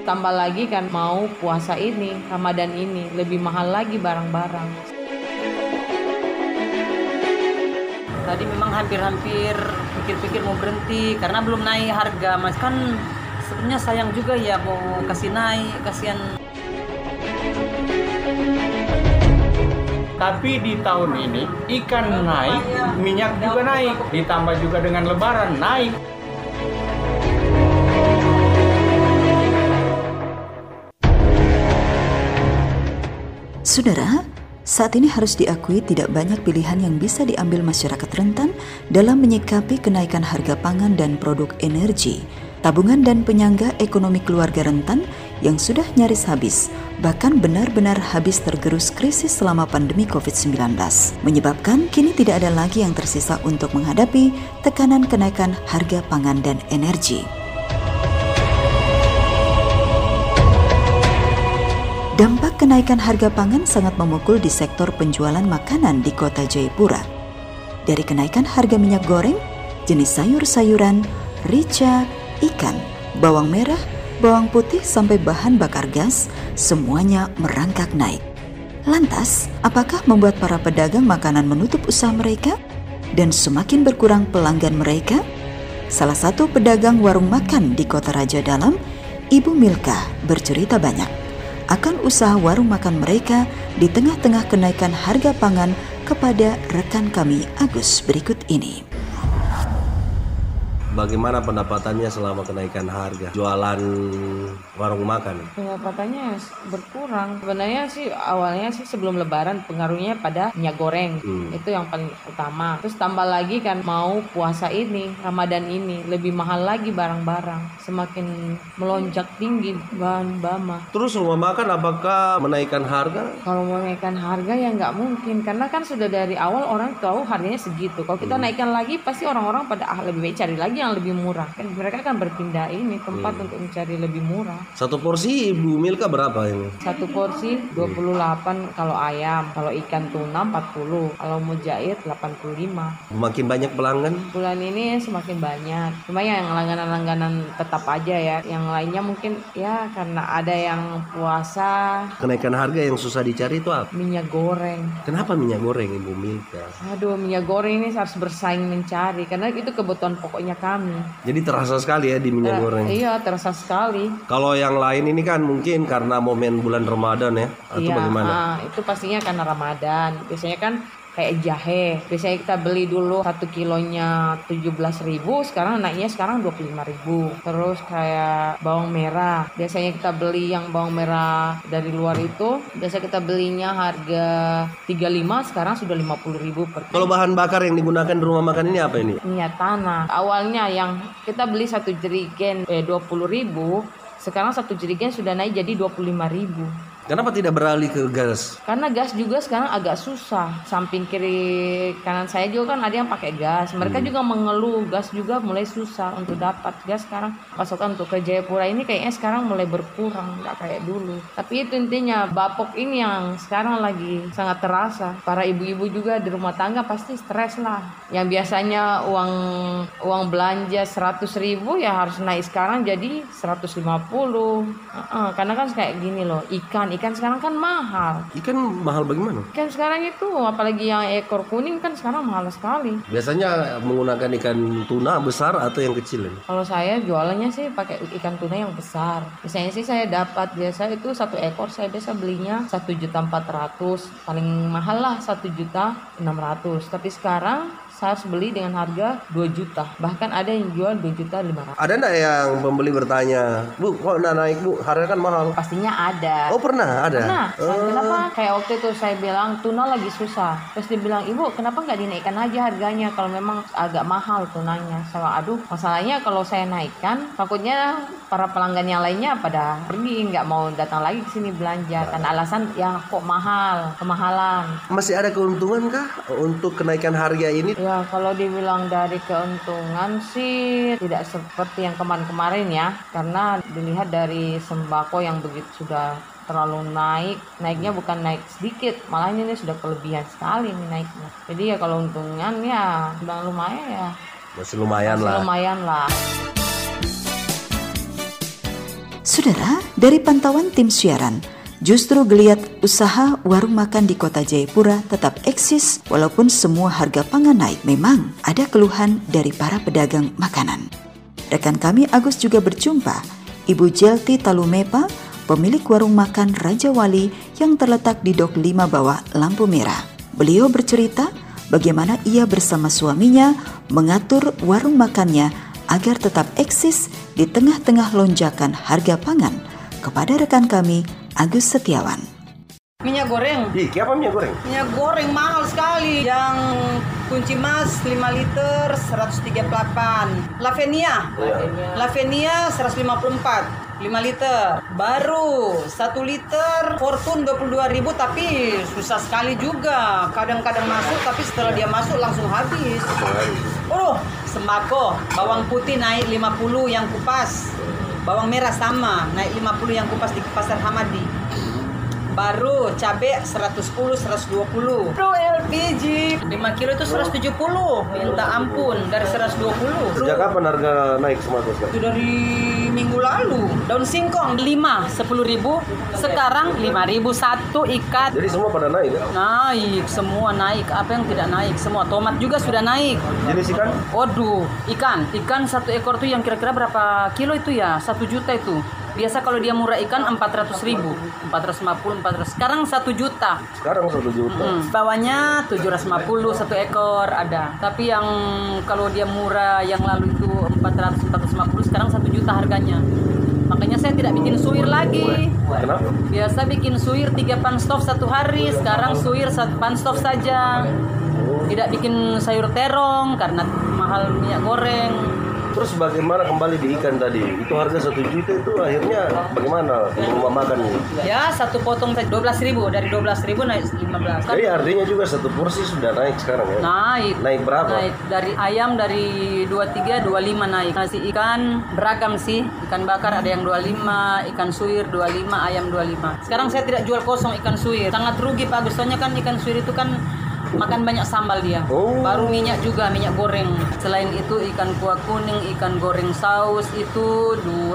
tambah lagi kan mau puasa ini, Ramadan ini, lebih mahal lagi barang-barang. Tadi memang hampir-hampir pikir-pikir mau berhenti karena belum naik harga. Mas kan sebenarnya sayang juga ya mau kasih naik, kasihan. Tapi di tahun ini ikan naik, minyak juga naik, ditambah juga dengan lebaran naik. Saudara, saat ini harus diakui tidak banyak pilihan yang bisa diambil masyarakat rentan dalam menyikapi kenaikan harga pangan dan produk energi. Tabungan dan penyangga ekonomi keluarga rentan yang sudah nyaris habis, bahkan benar-benar habis tergerus krisis selama pandemi COVID-19, menyebabkan kini tidak ada lagi yang tersisa untuk menghadapi tekanan kenaikan harga pangan dan energi. Dampak kenaikan harga pangan sangat memukul di sektor penjualan makanan di kota Jayapura. Dari kenaikan harga minyak goreng, jenis sayur-sayuran, rica, ikan, bawang merah, bawang putih sampai bahan bakar gas, semuanya merangkak naik. Lantas, apakah membuat para pedagang makanan menutup usaha mereka dan semakin berkurang pelanggan mereka? Salah satu pedagang warung makan di Kota Raja Dalam, Ibu Milka, bercerita banyak akan usaha warung makan mereka di tengah-tengah kenaikan harga pangan kepada rekan kami Agus berikut ini. Bagaimana pendapatannya selama kenaikan harga jualan warung makan? Pendapatannya berkurang. Sebenarnya sih awalnya sih sebelum lebaran pengaruhnya pada minyak goreng. Itu yang paling utama. Terus tambah lagi kan mau puasa ini, Ramadan ini, lebih mahal lagi barang-barang. Semakin melonjak tinggi bahan bama. Terus rumah makan apakah menaikkan harga? Kalau mau naikkan harga ya nggak mungkin. Karena kan sudah dari awal orang tahu harganya segitu. Kalau kita naikkan lagi pasti orang-orang pada lebih baik cari lagi yang lebih murah. Kan mereka kan berpindah ini tempat untuk mencari lebih murah. Satu porsi Ibu Milka berapa ini? Satu porsi 28 kalau ayam, kalau ikan tuna 40, kalau mujair 85. Makin banyak pelanggan? Bulan ini semakin banyak. Cuma yang langganan-langganan tetap aja ya. Yang lainnya mungkin ya karena ada yang puasa. Kenaikan harga yang susah dicari itu apa? Minyak goreng. Kenapa minyak goreng Ibu Milka? Aduh, minyak goreng ini harus bersaing mencari karena itu kebutuhan pokoknya kami. Jadi terasa sekali ya di minyak goreng. Iya, terasa sekali. Kalau yang lain ini kan mungkin karena momen bulan Ramadan ya, atau bagaimana? Itu pastinya karena Ramadan. Biasanya kan kayak jahe. Biasanya kita beli dulu 1 kilonya 17.000, sekarang naiknya sekarang 25.000. Terus kayak bawang merah. Biasanya kita beli yang bawang merah dari luar itu, biasa kita belinya harga 35, sekarang sudah 50.000 per kilo. Kalau bahan bakar yang digunakan di rumah makan ini apa ini? Minyak tanah. Awalnya yang kita beli 1 jerigen 20.000, sekarang 1 jerigen sudah naik jadi 25.000. Kenapa tidak beralih ke gas? Karena gas juga sekarang agak susah. Samping kiri kanan saya juga kan ada yang pakai gas. Mereka juga mengeluh gas juga mulai susah untuk dapat gas sekarang. Pasokan untuk ke Jayapura ini kayaknya sekarang mulai berkurang, nggak kayak dulu. Tapi itu intinya bapok ini yang sekarang lagi sangat terasa. Para ibu-ibu juga di rumah tangga pasti stres lah. Yang biasanya uang belanja 100.000 ya harus naik sekarang jadi 150. Karena kan kayak gini loh, ikan sekarang kan mahal. Ikan mahal bagaimana? Ikan sekarang itu apalagi yang ekor kuning kan sekarang mahal sekali. Biasanya menggunakan ikan tuna besar atau yang kecil ini? Kalau saya jualannya sih pakai ikan tuna yang besar. Biasanya sih saya dapat biasa itu 1 ekor saya biasa belinya 1.400.000. Paling mahal lah 1.600.000. Tapi sekarang saya harus beli dengan harga 2 juta. Bahkan ada yang jual 2.500.000. Ada enggak yang pembeli bertanya, Bu, kok naik Bu? Harga kan mahal. Pastinya ada. Oh pernah ada? Nah, kenapa? Kayak waktu itu saya bilang tuna lagi susah. Terus dia bilang, Ibu kenapa nggak dinaikkan aja harganya kalau memang agak mahal tunanya. Sama aduh, masalahnya kalau saya naikkan, takutnya para pelanggan yang lainnya pada pergi, nggak mau datang lagi ke sini belanja. Karena alasan ya kok mahal, kemahalan. Masih ada keuntungan kah untuk kenaikan harga ini? Ya kalau dibilang dari keuntungan sih tidak seperti yang kemarin-kemarin ya. Karena dilihat dari sembako yang begitu sudah terlalu naiknya bukan naik sedikit, malah ini sudah kelebihan sekali nih naiknya. Jadi ya kalau untungan ya lumayan ya. Masih lumayan lah. Lumayan lah. Saudara, dari pantauan tim siaran, justru geliat usaha warung makan di kota Jayapura tetap eksis walaupun semua harga pangan naik. Memang ada keluhan dari para pedagang makanan. Rekan kami Agus juga berjumpa Ibu Jelti Talumepa, pemilik warung makan Raja Wali yang terletak di Dok 5 bawah lampu merah. Beliau bercerita bagaimana ia bersama suaminya mengatur warung makannya agar tetap eksis di tengah-tengah lonjakan harga pangan. Kepada rekan kami, Agus Setiawan. Minyak goreng. Apa minyak goreng? Minyak goreng mahal sekali. Yang kunci mas 5 liter 138. Lavenia 154. 5 liter. Baru 1 liter Fortune 22.000, tapi susah sekali juga. Kadang-kadang masuk tapi setelah dia masuk langsung habis. Sembako, bawang putih naik 50 yang kupas. Bawang merah sama, naik 50 yang kupas di Pasar Hamadi. Baru cabai 110, 120. LPG 5 kilo itu 170. Minta ampun, dari 120. Sejak kapan harga naik sembako sekarang? Itu dari minggu lalu. Daun singkong 10.000. Sekarang 5.000 satu ikat. Jadi semua pada naik ya? Naik, semua naik. Apa yang tidak naik? Semua. Tomat juga sudah naik. Jenis ikan? Waduh, ikan satu ekor tuh yang kira-kira berapa kilo itu ya? 1 juta itu. Biasa kalau dia murah ikan 400.000, 450, 400. Sekarang 1 juta. Sekarang 1 juta. Bawahnya 750 satu ekor ada. Tapi yang kalau dia murah yang lalu itu 400, 450, sekarang 1 juta harganya. Makanya saya tidak bikin suir lagi. Kenapa? Biasa bikin suir 3 pan stok satu hari, sekarang suir 1 pan stok saja. Tidak bikin sayur terong karena mahal minyak goreng. Terus bagaimana kembali di ikan tadi? Itu harga 1 juta itu akhirnya bagaimana di rumah makan ini? Ya, satu potong 12.000, dari 12.000 naik 15. Jadi artinya juga satu porsi sudah naik sekarang ya? Naik. Naik berapa? Naik dari ayam dari 23, 25 naik. Nasi ikan beragam sih. Ikan bakar ada yang 25, ikan suir 25, ayam 25. Sekarang saya tidak jual kosong ikan suir. Sangat rugi Pak Agus. Soalnya kan ikan suir itu kan makan banyak sambal dia. Baru minyak juga, minyak goreng. Selain itu ikan kuah kuning, ikan goreng saus itu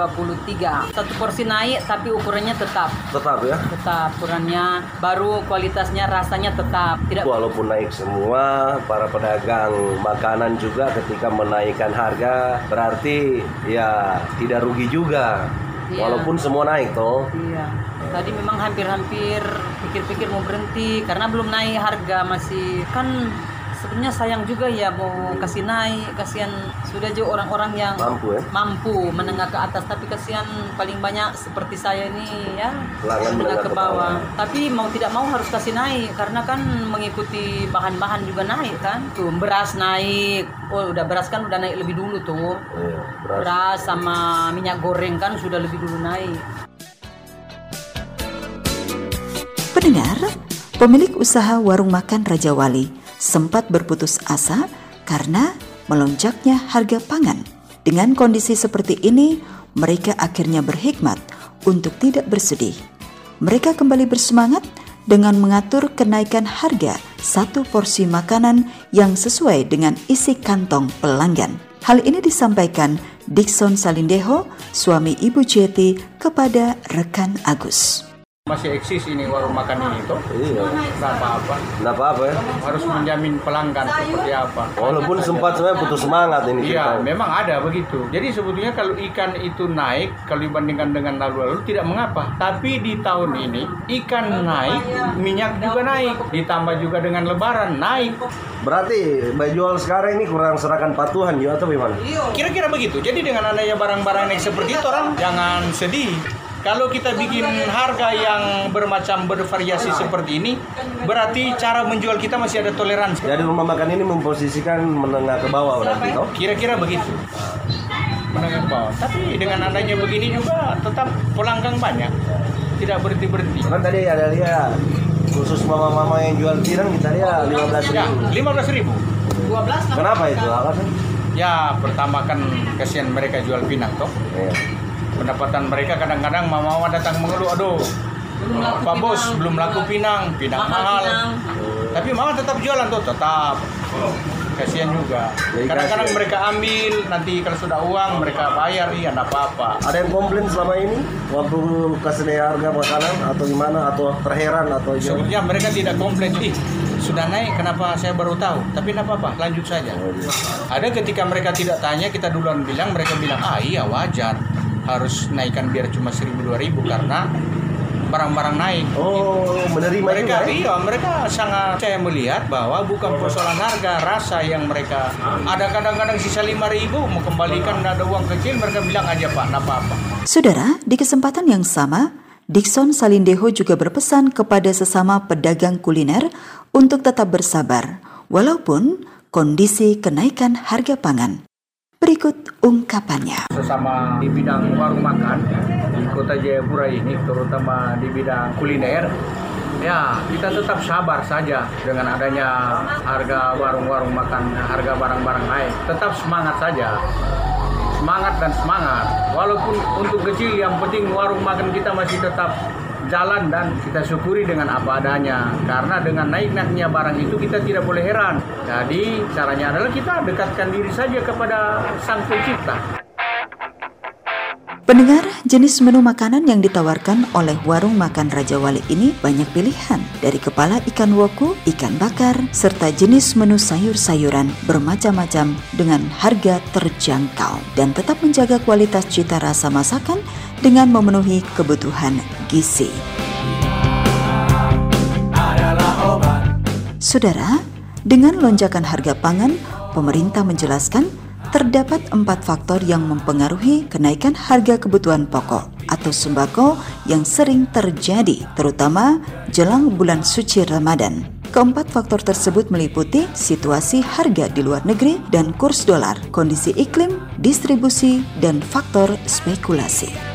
23. Satu porsi naik tapi ukurannya tetap. Tetap ya? Tetap ukurannya. Baru kualitasnya, rasanya tetap. Tidak. Walaupun naik semua, para pedagang makanan juga ketika menaikkan harga berarti ya tidak rugi juga. Iya. Walaupun semua naik toh. Iya. Tadi memang hampir-hampir pikir-pikir mau berhenti karena belum naik harga, masih kan sebenarnya sayang juga ya mau kasih naik, kasihan sudah juga orang-orang yang mampu menengah ke atas, tapi kasihan paling banyak seperti saya ini ya menengah ke bawah. Tapi mau tidak mau harus kasih naik karena kan mengikuti bahan-bahan juga naik kan. Tuh beras naik, beras kan udah naik lebih dulu tuh. Beras sama minyak goreng kan sudah lebih dulu naik. Pendengar, pemilik usaha warung makan Raja Wali sempat berputus asa karena melonjaknya harga pangan. Dengan kondisi seperti ini, mereka akhirnya berhikmat untuk tidak bersedih. Mereka kembali bersemangat dengan mengatur kenaikan harga satu porsi makanan yang sesuai dengan isi kantong pelanggan. Hal ini disampaikan Dikson Salindeho, suami Ibu Jeti, kepada rekan Agus. Masih eksis ini warung makan ini toh? Iya. Nggak apa-apa ya? Harus menjamin pelanggan seperti apa. Walaupun sempat saya putus semangat ini. Iya, memang ada begitu. Jadi sebetulnya kalau ikan itu naik, kalau dibandingkan dengan lalu-lalu tidak mengapa. Tapi di tahun ini ikan naik, minyak juga naik, ditambah juga dengan lebaran naik. Berarti jual sekarang ini kurang serahkan patuhan juga atau bagaimana? Kira-kira begitu. Jadi dengan adanya barang-barang naik seperti itu, orang jangan sedih. Kalau kita bikin harga yang bermacam bervariasi seperti ini, berarti cara menjual kita masih ada toleransi. Jadi rumah makan ini memposisikan menengah ke bawah berarti toh? Kira-kira begitu. Menengah ke bawah. Tapi dengan adanya begini juga tetap pelanggan banyak. Tidak berhenti-berhenti. Kan tadi ada lihat khusus mama-mama yang jual pirang kita lihat 15.000. Ya, 15.000. 12. Kenapa itu alasan? Ya, pertama kan kasihan mereka jual pinang toh. Iya. Pendapatan mereka kadang-kadang mama datang mengeluh, aduh Pak Bos belum laku pinang mahal. Tapi mama tetap jualan tuh, tetap. kasihan juga. Jadi Kadang-kadang kasihan. mereka ambil, nanti kalau sudah uang mereka bayar, iya enggak apa-apa. Ada yang komplain selama ini waktu kasih naik harga makanan atau gimana, atau terheran atau gimana? Sebenarnya mereka tidak komplain, sudah naik kenapa saya baru tahu, tapi enggak apa-apa, lanjut saja. Ada ketika mereka tidak tanya, kita duluan bilang, mereka bilang, iya wajar, harus naikkan biar cuma 1.000-2.000 karena barang-barang naik. Oh, menerima Mereka juga, iya, mereka sangat, saya melihat bahwa bukan persoalan harga, rasa yang mereka ada. Kadang-kadang sisa 5.000 mau kembalikan, ada uang kecil, mereka bilang aja Pak, enggak apa-apa. Saudara, di kesempatan yang sama, Dikson Salindeho juga berpesan kepada sesama pedagang kuliner untuk tetap bersabar, walaupun kondisi kenaikan harga pangan. Berikut ungkapannya. Sesama di bidang warung makan di Kota Jayapura ini, terutama di bidang kuliner, ya kita tetap sabar saja dengan adanya harga warung-warung makan, harga barang-barang naik. Tetap semangat saja. Semangat dan semangat. Walaupun untuk kecil, yang penting warung makan kita masih tetap jalan dan kita syukuri dengan apa adanya. Karena dengan naik-naiknya barang itu kita tidak boleh heran. Jadi caranya adalah kita dekatkan diri saja kepada Sang Pencipta. Pendengar, jenis menu makanan yang ditawarkan oleh warung makan Raja Wali ini banyak pilihan, dari kepala ikan woku, ikan bakar, serta jenis menu sayur-sayuran bermacam-macam dengan harga terjangkau dan tetap menjaga kualitas cita rasa masakan dengan memenuhi kebutuhan gizi. Saudara, dengan lonjakan harga pangan, pemerintah menjelaskan terdapat 4 faktor yang mempengaruhi kenaikan harga kebutuhan pokok atau sembako yang sering terjadi, terutama jelang bulan suci Ramadan. Keempat faktor tersebut meliputi situasi harga di luar negeri dan kurs dolar, kondisi iklim, distribusi, dan faktor spekulasi.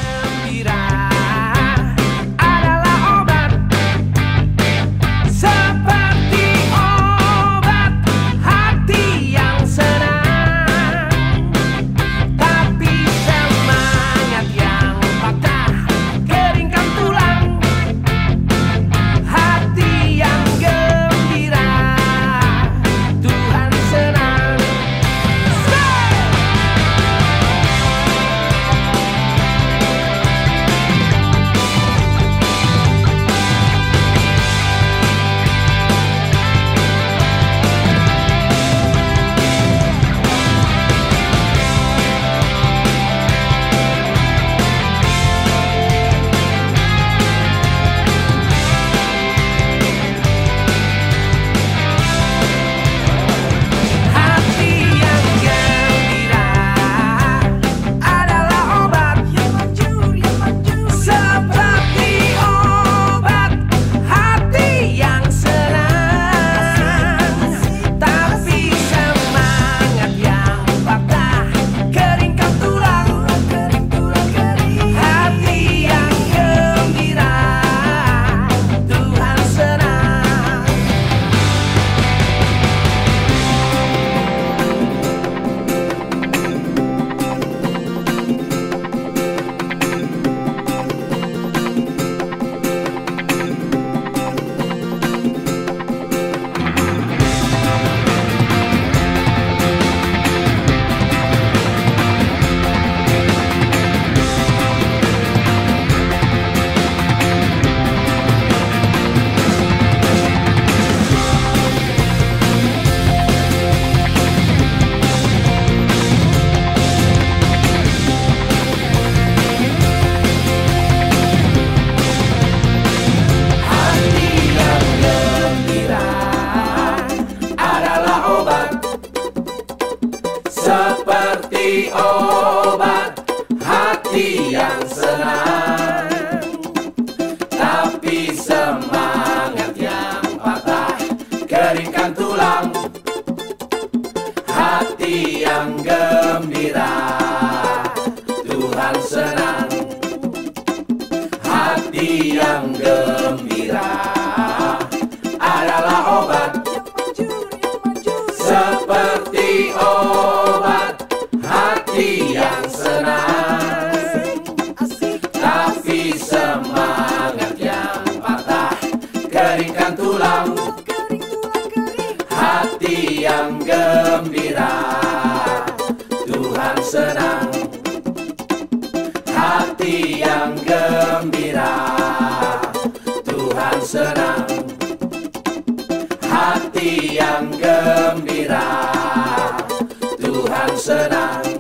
Seperti obat hati yang senang, tapi semangat yang patah keringkan tulang. Hati yang gembira Tuhan senang. Hati yang gembira adalah obat. Seperti obat hati yang senang, tapi semangat yang patah keringkan tulang. Hati yang hati yang gembira, Tuhan senang. Hati yang gembira, Tuhan senang.